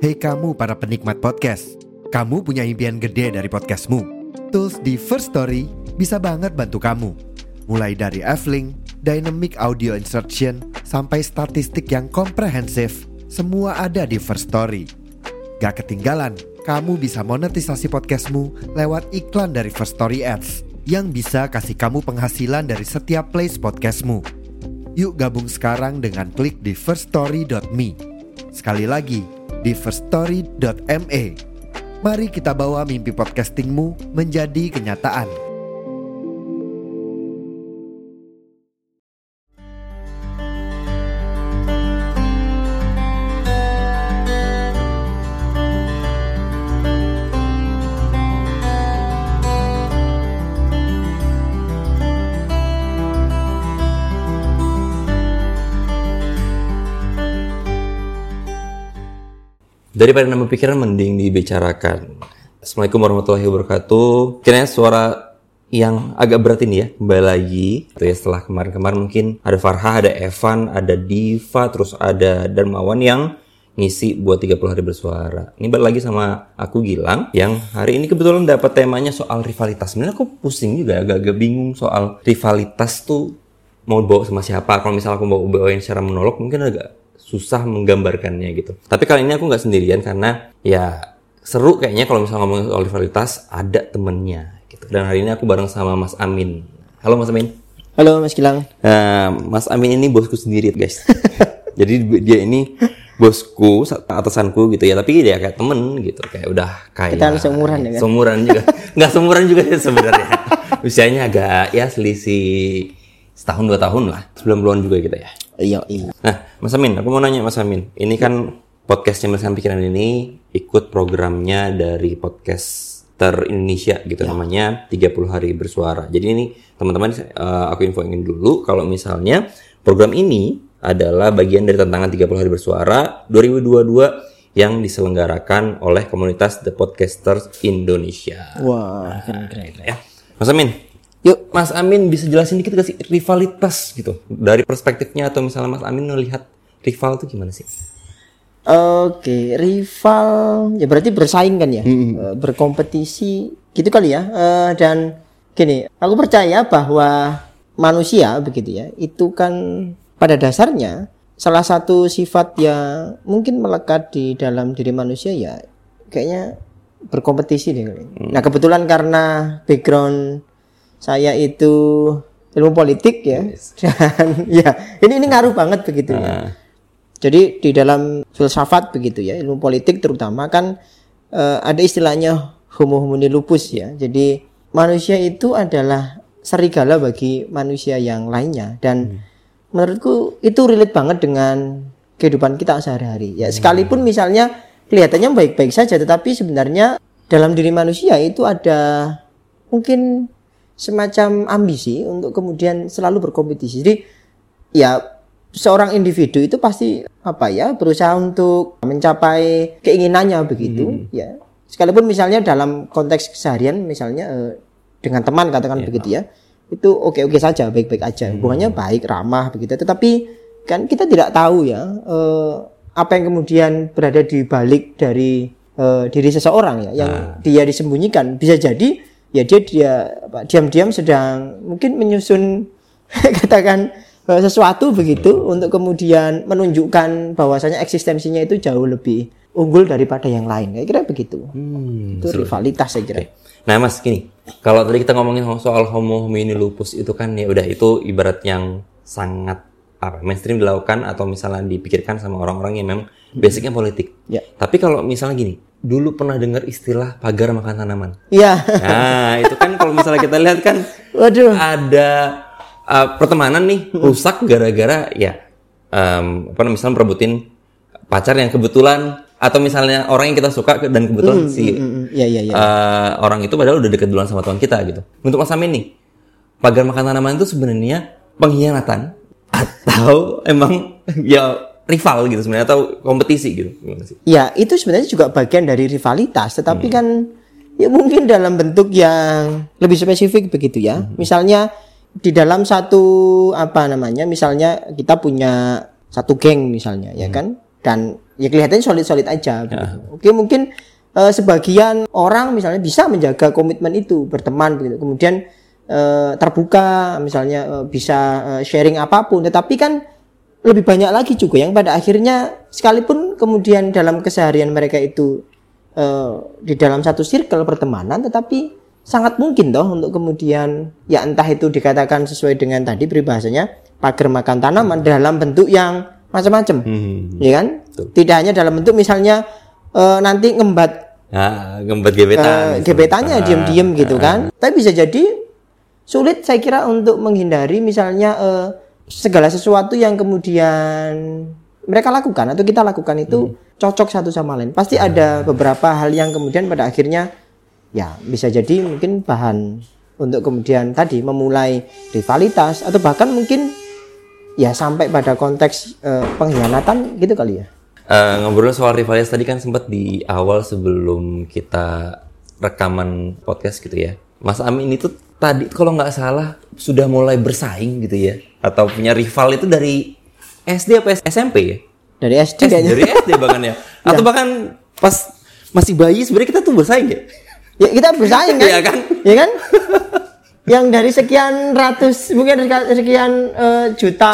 Hei kamu para penikmat podcast, kamu punya impian gede dari podcastmu. Tools di First Story bisa banget bantu kamu. Mulai dari F-Link, Dynamic Audio Insertion, sampai statistik yang komprehensif, semua ada di First Story. Gak ketinggalan, kamu bisa monetisasi podcastmu lewat iklan dari First Story Ads yang bisa kasih kamu penghasilan dari setiap plays podcastmu. Yuk gabung sekarang dengan klik di firststory.me. Sekali lagi, di firststory.me. Mari kita bawa mimpi podcastingmu menjadi kenyataan. Daripada nambah pikiran, mending dibicarakan. Assalamualaikum warahmatullahi wabarakatuh. Kiranya suara yang agak berat ini ya, kembali lagi. Itu ya, setelah kemarin-kemarin mungkin ada Farha, ada Evan, ada Diva, terus ada Darmawan yang ngisi buat 30 hari bersuara. Ini balik lagi sama aku Gilang, yang hari ini kebetulan dapat temanya soal rivalitas. Sebenarnya aku pusing juga, agak-agak bingung soal rivalitas tuh mau bawa sama siapa. Kalau misalnya aku mau bawain secara monolog mungkin agak susah menggambarkannya gitu. Tapi kali ini aku nggak sendirian karena ya seru kayaknya kalau misalnya ngomongin soal rivalitas ada temennya gitu. Dan hari ini aku bareng sama Mas Amin. Halo Mas Amin. Halo Mas Gilang. Mas Amin ini bosku sendiri guys. Jadi dia ini bosku, atasanku gitu ya. Tapi dia kayak temen gitu, kayak udah kayak kita seumuran ya kan? Seumuran juga. Nggak seumuran juga sih sebenarnya. Usianya agak ya selisih setahun 2 tahun lah. 90-an juga gitu ya. Iya. Nah, Mas Amin, aku mau nanya Mas Amin. Ini kan podcast Cemilkan Pikiran ini ikut programnya dari Podcaster Indonesia gitu ya. Namanya 30 Hari Bersuara. Jadi ini teman-teman aku infoin dulu kalau misalnya program ini adalah bagian dari tantangan 30 Hari Bersuara 2022 yang diselenggarakan oleh komunitas The Podcasters Indonesia. Wah, keren. Ya. Mas Amin, yuk, Mas Amin bisa jelasin dikit gak sih rivalitas gitu dari perspektifnya, atau misalnya Mas Amin melihat rival itu gimana sih? Oke, rival ya berarti bersaing kan ya, berkompetisi gitu kali ya. Dan gini, aku percaya bahwa manusia begitu ya, itu kan pada dasarnya salah satu sifat yang mungkin melekat di dalam diri manusia ya kayaknya berkompetisi deh. Nah kebetulan karena background saya itu ilmu politik ya, dan ya ini ngaruh banget begitu ya. Jadi di dalam filsafat begitu ya, ilmu politik terutama kan ada istilahnya homo homini lupus ya. Jadi manusia itu adalah serigala bagi manusia yang lainnya, dan menurutku itu relate banget dengan kehidupan kita sehari-hari. Ya sekalipun misalnya kelihatannya baik-baik saja, tetapi sebenarnya dalam diri manusia itu ada mungkin semacam ambisi untuk kemudian selalu berkompetisi. Jadi ya seorang individu itu pasti berusaha untuk mencapai keinginannya begitu ya. Sekalipun misalnya dalam konteks keseharian misalnya dengan teman katakan begitu ya. Itu oke saja, baik-baik aja. Hubungannya baik, ramah begitu. Tetapi kan kita tidak tahu ya apa yang kemudian berada di balik dari diri seseorang ya, yang dia disembunyikan. Bisa jadi ya dia diam-diam sedang mungkin menyusun katakan sesuatu begitu untuk kemudian menunjukkan bahwasanya eksistensinya itu jauh lebih unggul daripada yang lain. Kira-kira begitu. Itu rivalitas saya kira. Okay. Nah Mas, gini, kalau tadi kita ngomongin soal homo homini lupus itu kan ya udah itu ibarat yang sangat mainstream dilakukan atau misalnya dipikirkan sama orang-orang yang memang basicnya politik. Ya. Tapi kalau misalnya gini, dulu pernah dengar istilah pagar makan tanaman. Iya. Nah, itu kan kalau misalnya kita lihat kan ada pertemanan nih rusak gara-gara ya misalnya perebutin pacar yang kebetulan, atau misalnya orang yang kita suka dan kebetulan orang itu padahal udah deket duluan sama teman kita gitu. Untuk Mas Amin nih, pagar makan tanaman itu sebenarnya pengkhianatan atau emang ya rival gitu sebenarnya, atau kompetisi gitu, gimana sih? Ya itu sebenarnya juga bagian dari rivalitas, tetapi kan ya mungkin dalam bentuk yang lebih spesifik begitu ya. Misalnya di dalam satu misalnya kita punya satu geng misalnya ya kan, dan ya kelihatannya solid-solid aja. Gitu. Oke, mungkin sebagian orang misalnya bisa menjaga komitmen itu, berteman begitu. Kemudian terbuka misalnya bisa sharing apapun, tetapi kan lebih banyak lagi juga yang pada akhirnya sekalipun kemudian dalam keseharian mereka itu di dalam satu circle pertemanan, tetapi sangat mungkin toh untuk kemudian ya entah itu dikatakan sesuai dengan tadi peribahasanya pagar makan tanaman dalam bentuk yang macam-macam, ya kan? Betul. Tidak hanya dalam bentuk misalnya nanti ngembat gebetannya diam-diam gitu kan, tapi bisa jadi sulit saya kira untuk menghindari misalnya segala sesuatu yang kemudian mereka lakukan atau kita lakukan itu cocok satu sama lain. Pasti ada beberapa hal yang kemudian pada akhirnya ya bisa jadi mungkin bahan untuk kemudian tadi memulai rivalitas atau bahkan mungkin ya sampai pada konteks pengkhianatan gitu kali ya. Ngobrol soal rivalitas tadi kan sempat di awal sebelum kita rekaman podcast gitu ya. Mas Amin itu tadi kalau nggak salah sudah mulai bersaing gitu ya, atau punya rival itu dari SD apa SMP ya? Dari SD kayaknya. Dari SD bahkan ya. Atau bahkan pas masih bayi sebenarnya kita tuh bersaing ya? Ya kita bersaing kan? Iya kan? Iya kan? Yang dari sekian ratus, mungkin dari sekian juta.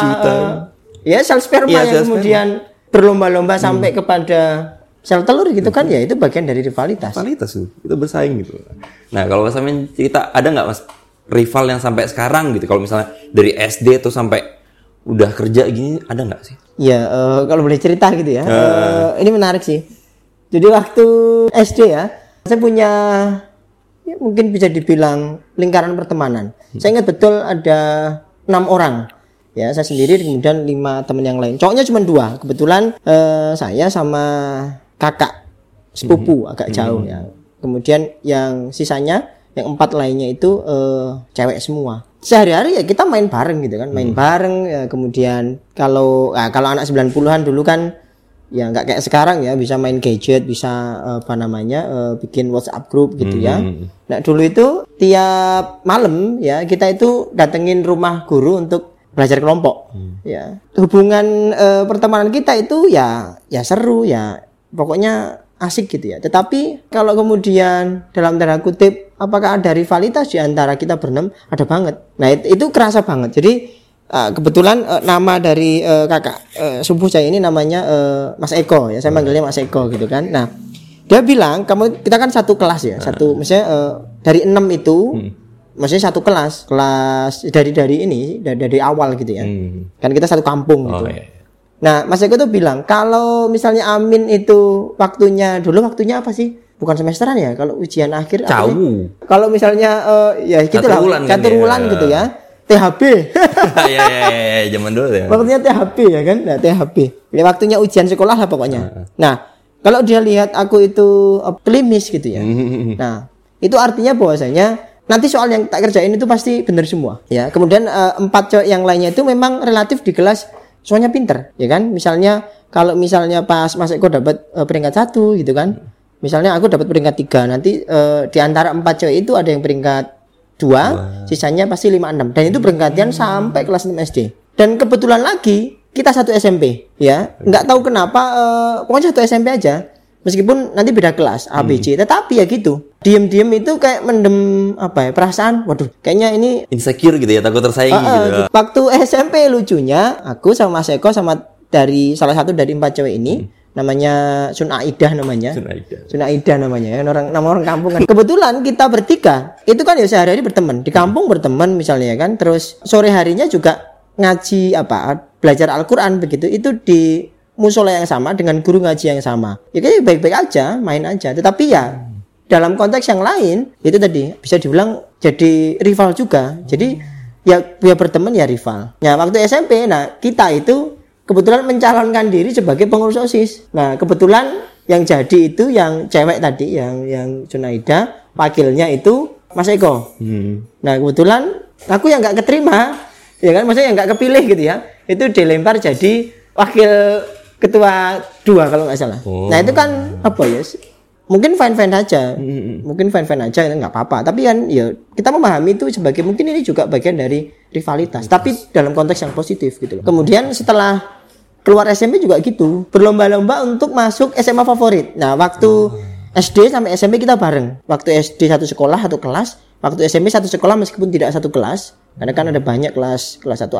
Ya sel sperma yang kemudian berlomba-lomba sampai kepada sel telur gitu kan, ya itu bagian dari rivalitas. Rivalitas tuh, itu bersaing gitu. Nah kalau Mas Amin cerita, ada nggak Mas rival yang sampai sekarang gitu? Kalau misalnya dari SD tuh sampai udah kerja gini, ada nggak sih? Ya kalau boleh cerita gitu ya, ini menarik sih. Jadi waktu SD ya, saya punya ya, mungkin bisa dibilang lingkaran pertemanan. Saya ingat betul ada 6 orang. Ya, saya sendiri kemudian 5 teman yang lain. Cowoknya cuma 2. Kebetulan saya sama kakak sepupu agak jauh ya. Kemudian yang sisanya yang 4 lainnya itu cewek semua. Sehari-hari ya kita main bareng gitu kan, main bareng ya, kemudian kalau anak 90-an dulu kan ya nggak kayak sekarang ya, bisa main gadget, bisa bikin WhatsApp group gitu ya. Nah, dulu itu tiap malam ya kita itu datengin rumah guru untuk belajar kelompok. Ya. Hubungan pertemanan kita itu ya seru ya. Pokoknya asik gitu ya. Tetapi kalau kemudian dalam tanda kutip apakah ada rivalitas di antara kita berenam? Ada banget. Nah, itu kerasa banget. Jadi kebetulan nama dari kakak sepupu saya ini namanya Mas Eko ya. Saya manggilnya Mas Eko gitu kan. Nah, dia bilang kita kan satu kelas ya. Misalnya dari 6 itu maksudnya satu kelas dari awal gitu ya. Kan kita satu kampung gitu. Nah, Mas Eko tuh bilang kalau misalnya Amin itu waktunya apa sih? Bukan semesteran ya, kalau ujian akhir kalau misalnya ya gitulah satu bulan gitu ya. THB. Ya, zaman dulu ya. Waktunya THB ya kan? Nah, THB. Ya, waktunya ujian sekolah lah pokoknya. Nah, kalau dia lihat aku itu optimis gitu ya. Nah, itu artinya bahwasanya nanti soal yang tak kerjain itu pasti benar semua. Ya, kemudian 4 cowok yang lainnya itu memang relatif di kelas soalnya pinter, ya kan? Misalnya kalau pas Mas Eko dapat peringkat 1 gitu kan. Misalnya aku dapat peringkat 3, nanti di antara 4 cowok itu ada yang peringkat 2, sisanya pasti 5, 6. Dan itu bergantian sampai kelas 6 SD. Dan kebetulan lagi kita satu SMP, ya. Nggak tahu kenapa pokoknya satu SMP aja. Meskipun nanti beda kelas A, B, C, tetapi ya gitu. Diem-diem itu kayak mendem perasaan. Waduh, kayaknya ini insecure gitu ya, takut tersaingi gitu. Waktu SMP lucunya, aku sama Mas Eko sama dari salah satu dari 4 cewek ini, namanya Sun Aidah namanya. Sun Aidah namanya ya, nama orang kampung kan. Kebetulan kita bertiga itu kan ya sehari-hari berteman, di kampung berteman misalnya kan. Terus sore harinya juga ngaji belajar Al-Qur'an begitu. Itu di musola yang sama dengan guru ngaji yang sama. Ya kayaknya baik-baik aja, main aja. Tetapi ya dalam konteks yang lain itu tadi bisa dibilang jadi rival juga. Jadi ya berteman ya rival. Nah, waktu SMP kita itu kebetulan mencalonkan diri sebagai pengurus OSIS. Nah, kebetulan yang jadi itu yang cewek tadi yang Junaida, wakilnya itu Mas Eko. Nah, kebetulan aku yang enggak keterima, ya kan, maksudnya yang enggak kepilih gitu ya. Itu dilempar jadi wakil ketua 2 kalau nggak salah. Nah itu kan mungkin fine aja, itu nggak apa-apa. Tapi kan ya kita memahami itu sebagai mungkin ini juga bagian dari rivalitas, tapi dalam konteks yang positif gitu. Kemudian setelah keluar SMP juga gitu, berlomba-lomba untuk masuk SMA favorit. Nah, waktu SD sampai SMP kita bareng. Waktu SD satu sekolah, satu kelas. Waktu SMP satu sekolah meskipun tidak satu kelas. Karena kan ada banyak kelas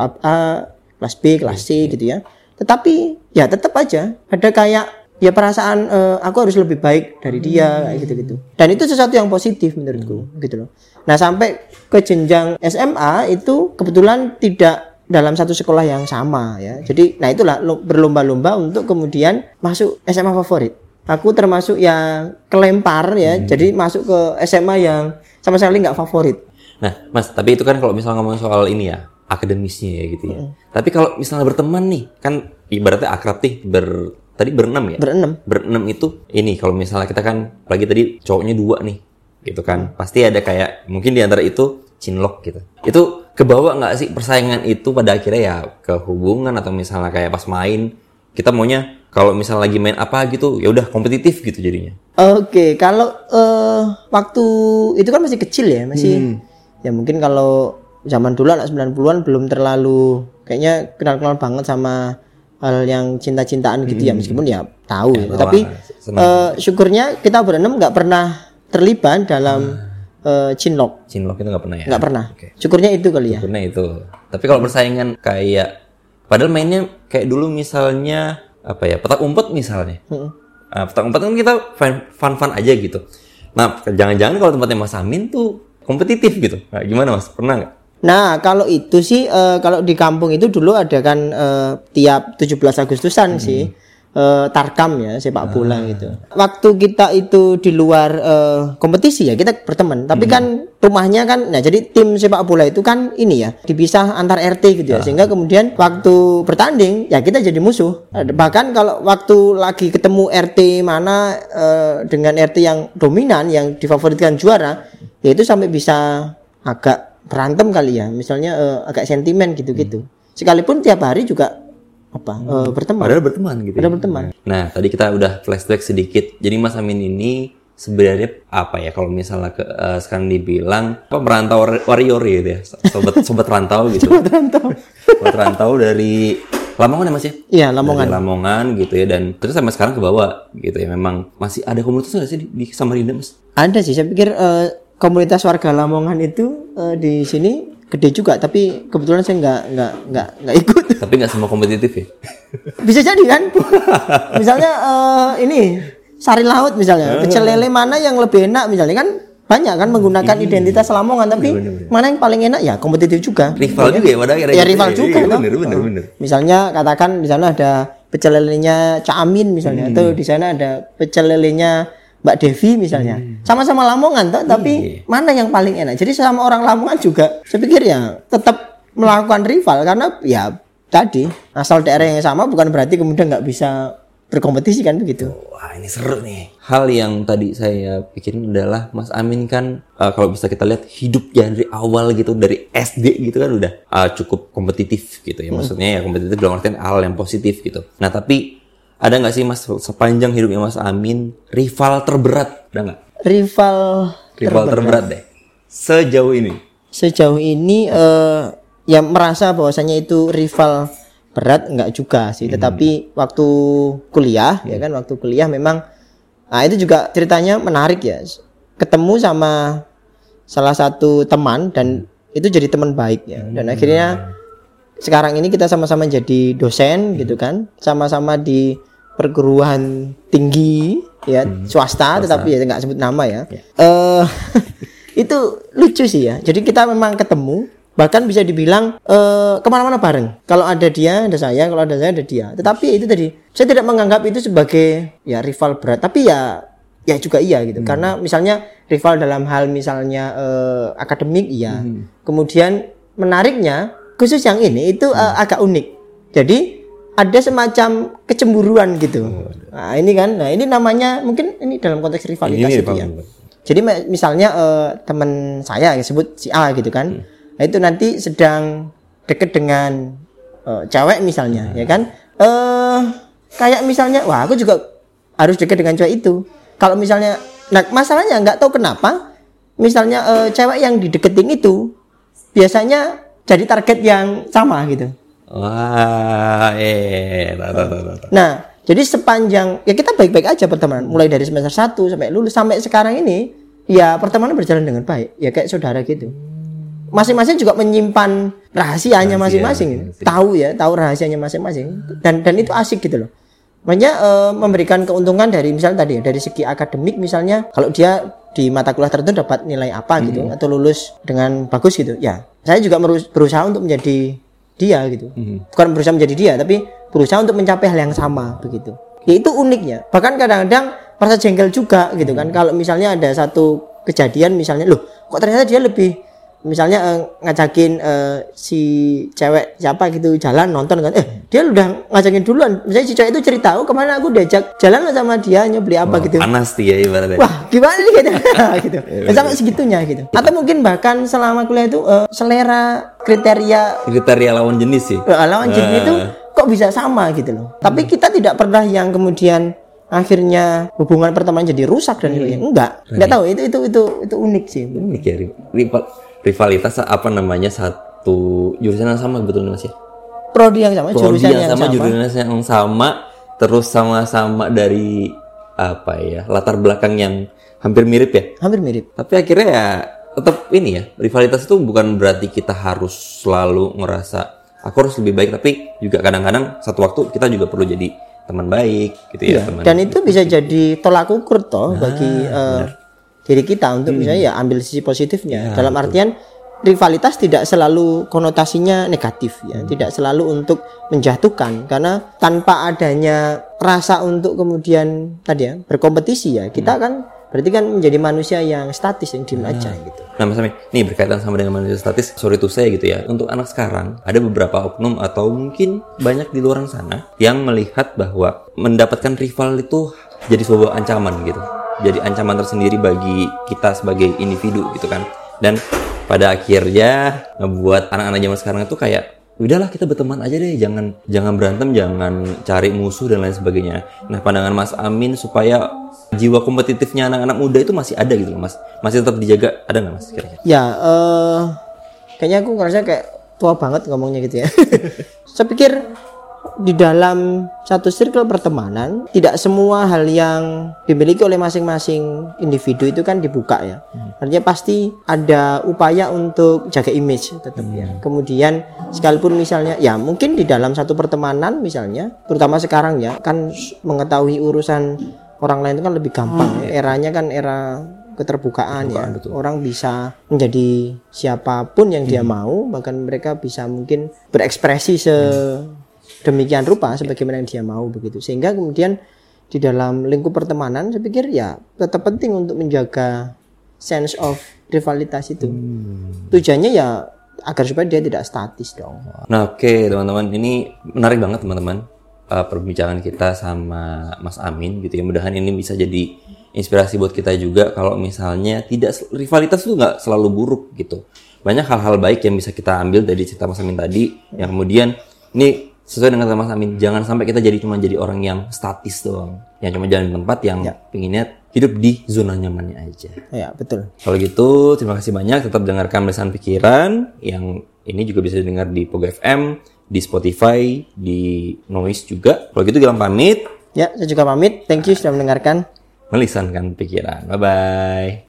1A, kelas B, kelas C gitu ya. Tetapi ya tetap aja ada kayak ya perasaan aku harus lebih baik dari dia kayak gitu-gitu. Dan itu sesuatu yang positif menurutku gitu loh. Nah, sampai ke jenjang SMA itu kebetulan tidak dalam satu sekolah yang sama ya. Jadi nah itulah berlomba-lomba untuk kemudian masuk SMA favorit. Aku termasuk yang kelempar ya. Jadi masuk ke SMA yang sama sekali nggak favorit. Nah, Mas, tapi itu kan kalau misalnya ngomong soal ini ya, akademisnya ya gitu ya. Tapi kalau misalnya berteman nih, kan ibaratnya akrab nih, tadi berenam ya? Berenam itu ini kalau misalnya kita kan apalagi tadi cowoknya 2 nih. Gitu kan. Pasti ada kayak mungkin di antara itu cinlok gitu. Itu kebawa nggak sih persaingan itu pada akhirnya ya ke hubungan atau misalnya kayak pas main kita maunya kalau misalnya lagi main apa gitu ya udah kompetitif gitu jadinya. Oke, kalau waktu itu kan masih kecil ya, masih ya mungkin kalau zaman dulu anak 90-an belum terlalu kayaknya kenal-kenal banget sama hal yang cinta-cintaan gitu ya, meskipun ya tahu ya, tapi syukurnya kita berenam nggak pernah terlibat dalam cinlok itu nggak pernah ya? Nggak pernah. Okay. Syukurnya itu kali ya. Syukurnya itu. Tapi kalau persaingan kayak, padahal mainnya kayak dulu misalnya apa ya, petak umpet misalnya. Petak umpet kan kita fun aja gitu. Nah, jangan-jangan kalau tempatnya Mas Amin tuh kompetitif gitu. Nah, gimana Mas? Pernah nggak? Nah, kalau itu sih kalau di kampung itu dulu ada kan tiap 17 Agustusan sih. Tarkam ya, sepak bola gitu. Waktu kita itu di luar kompetisi ya kita berteman. Tapi kan rumahnya kan, nah jadi tim sepak bola itu kan ini ya dipisah antar RT gitu ya. Sehingga kemudian waktu bertanding ya kita jadi musuh. Bahkan kalau waktu lagi ketemu RT mana dengan RT yang dominan yang difavoritkan juara, ya itu sampai bisa agak berantem kali ya. Misalnya agak sentimen gitu-gitu. Sekalipun tiap hari juga berteman. Padahal berteman gitu. Padahal berteman. Nah, tadi kita udah flashback sedikit. Jadi Mas Amin ini sebenarnya apa ya kalau misalnya sekarang dibilang merantau warrior gitu ya. Sobat rantau gitu. Sobat rantau dari Lamongan ya Mas ya? Iya, Lamongan. Dari Lamongan gitu ya, dan terus sampai sekarang ke bawah gitu ya. Memang masih ada komunitas nggak sih di Samarinda Mas? Ada sih, saya pikir komunitas warga Lamongan itu di sini gede juga, tapi kebetulan saya nggak ikut. Tapi nggak semua kompetitif ya? Bisa jadi kan? Misalnya ini sari laut misalnya, pecel lele mana yang lebih enak misalnya kan banyak kan menggunakan identitas Lamongan, tapi mana yang paling enak ya kompetitif juga. Rival juga ya pada akhirnya. Ya rival juga. Bener. Misalnya katakan di sana ada pecel lelenya Cak Amin misalnya, atau di sana ada pecel lelenya Mbak Devi misalnya, sama-sama Lamongan toh, tapi mana yang paling enak? Jadi sama orang Lamongan juga, saya pikir ya tetap melakukan rival karena ya tadi asal daerah yang sama bukan berarti kemudian nggak bisa berkompetisi kan begitu. Wah ini seru nih. Hal yang tadi saya pikirin adalah Mas Amin kan kalau bisa kita lihat hidupnya dari awal gitu, dari SD gitu kan udah cukup kompetitif gitu ya. Maksudnya ya kompetitif dalam artian hal yang positif gitu. Nah tapi ada nggak sih Mas sepanjang hidupnya Mas Amin rival terberat, ada nggak? Rival terberat deh. Sejauh ini ya merasa bahwasanya itu rival berat enggak juga sih, tetapi waktu kuliah ya kan, waktu kuliah memang itu juga ceritanya menarik ya. Ketemu sama salah satu teman dan itu jadi teman baik ya. Dan akhirnya sekarang ini kita sama-sama jadi dosen gitu kan, sama-sama di perguruan tinggi ya, swasta, tetapi ya nggak sebut nama ya. Itu lucu sih ya. Jadi kita memang ketemu, bahkan bisa dibilang kemana-mana bareng. Kalau ada dia, ada saya. Kalau ada saya, ada dia. Tetapi itu tadi, saya tidak menganggap itu sebagai ya rival berat. Tapi ya juga iya gitu. Karena misalnya rival dalam hal misalnya akademik, iya. Kemudian menariknya khusus yang ini itu agak unik. Jadi ada semacam kecemburuan gitu. Nah ini kan, ini namanya mungkin ini dalam konteks rivalitas itu ya. Jadi misalnya teman saya yang sebut si A gitu kan. Nah, itu nanti sedang deket dengan cewek misalnya, ya kan? Kayak misalnya, wah aku juga harus deket dengan cewek itu. Kalau misalnya, nah masalahnya nggak tahu kenapa, misalnya cewek yang dideketin itu biasanya jadi target yang sama gitu. Wah, Nah, jadi sepanjang ya kita baik-baik aja pertemanan, mulai dari semester 1 sampai lulus sampai sekarang ini, ya pertemanan berjalan dengan baik, ya kayak saudara gitu. Masing-masing juga menyimpan rahasianya masing-masing, tahu rahasianya masing-masing, dan itu asik gitu loh. Makanya memberikan keuntungan dari misalnya tadi ya, dari segi akademik misalnya, kalau dia di mata kuliah tertentu dapat nilai apa gitu, atau lulus dengan bagus gitu, ya saya juga berusaha untuk menjadi dia gitu. Bukan berusaha menjadi dia, tapi berusaha untuk mencapai hal yang sama begitu. Ya itu uniknya. Bahkan kadang-kadang merasa jengkel juga gitu kan, kalau misalnya ada satu kejadian misalnya, loh kok ternyata dia lebih misalnya ngajakin si cewek siapa gitu jalan nonton kan, dia udah ngajakin duluan. Misalnya si cewek itu cerita, kemana aku diajak jalan sama dia, beli apa gitu. Panas dia ibaratnya. Wah gimana nih gitu. Gitu. Sampai segitunya gitu. Atau mungkin bahkan selama kuliah itu selera kriteria lawan jenis sih. Lawan jenis itu kok bisa sama gitu loh. Tapi kita tidak pernah yang kemudian akhirnya hubungan pertemanan jadi rusak dan enggak tahu, itu unik sih. Unik ya, rivalitas apa namanya, satu jurusan yang sama betul Mas ya? Prodi yang sama, jurusan yang sama, terus sama-sama dari apa ya, latar belakang yang hampir mirip ya? Hampir mirip. Tapi akhirnya ya tetap ini ya, rivalitas itu bukan berarti kita harus selalu ngerasa aku harus lebih baik, tapi juga kadang-kadang satu waktu kita juga perlu jadi teman baik gitu ya. Teman dan itu bisa jadi tolak ukur bagi diri kita untuk misalnya ya ambil sisi positifnya. Dalam artian rivalitas tidak selalu konotasinya negatif ya, tidak selalu untuk menjatuhkan, karena tanpa adanya rasa untuk kemudian tadi ya berkompetisi ya, kita kan berarti kan menjadi manusia yang statis, yang diem aja gitu. Nah Mas Amin, nih berkaitan sama dengan manusia statis, sorry to say gitu ya, untuk anak sekarang ada beberapa oknum atau mungkin banyak di luar sana yang melihat bahwa mendapatkan rival itu jadi sebuah ancaman gitu, jadi ancaman tersendiri bagi kita sebagai individu gitu kan. Dan pada akhirnya ngebuat anak-anak zaman sekarang itu kayak udahlah kita berteman aja deh, jangan berantem, jangan cari musuh dan lain sebagainya. Nah pandangan Mas Amin supaya jiwa kompetitifnya anak-anak muda itu masih ada gitu loh Mas, masih tetap dijaga, ada nggak Mas kira-kira? Ya kayaknya aku ngerasa kayak tua banget ngomongnya gitu ya. Saya pikir di dalam satu circle pertemanan tidak semua hal yang dimiliki oleh masing-masing individu itu kan dibuka ya. Artinya pasti ada upaya untuk jaga image tetap ya. Kemudian sekalipun misalnya ya mungkin di dalam satu pertemanan misalnya, terutama sekarang ya kan mengetahui urusan orang lain itu kan lebih gampang. Eranya kan era keterbukaan ya. Betul. Orang bisa menjadi siapapun yang dia mau, bahkan mereka bisa mungkin berekspresi demikian rupa sebagaimana yang dia mau begitu. Sehingga kemudian di dalam lingkup pertemanan saya pikir ya tetap penting untuk menjaga sense of rivalitas itu. Tujuannya ya agar supaya dia tidak statis dong. Nah oke, teman-teman, ini menarik banget teman-teman perbincangan kita sama Mas Amin gitu ya. Mudahan ini bisa jadi inspirasi buat kita juga kalau misalnya rivalitas itu nggak selalu buruk gitu. Banyak hal-hal baik yang bisa kita ambil dari cerita Mas Amin tadi, yang kemudian ini sesuai dengan kata Mas Amin, jangan sampai kita cuma jadi orang yang statis doang, yang cuma jalan di tempat, yang pinginnya hidup di zona nyamannya aja. Ya betul. Kalau gitu terima kasih banyak, tetap dengarkan Melisan Pikiran, yang ini juga bisa didengar di Pogo FM, di Spotify, di Noise juga. Kalau gitu Gilang pamit. Ya, saya juga pamit. Thank you sudah mendengarkan Melisankan Pikiran. Bye bye.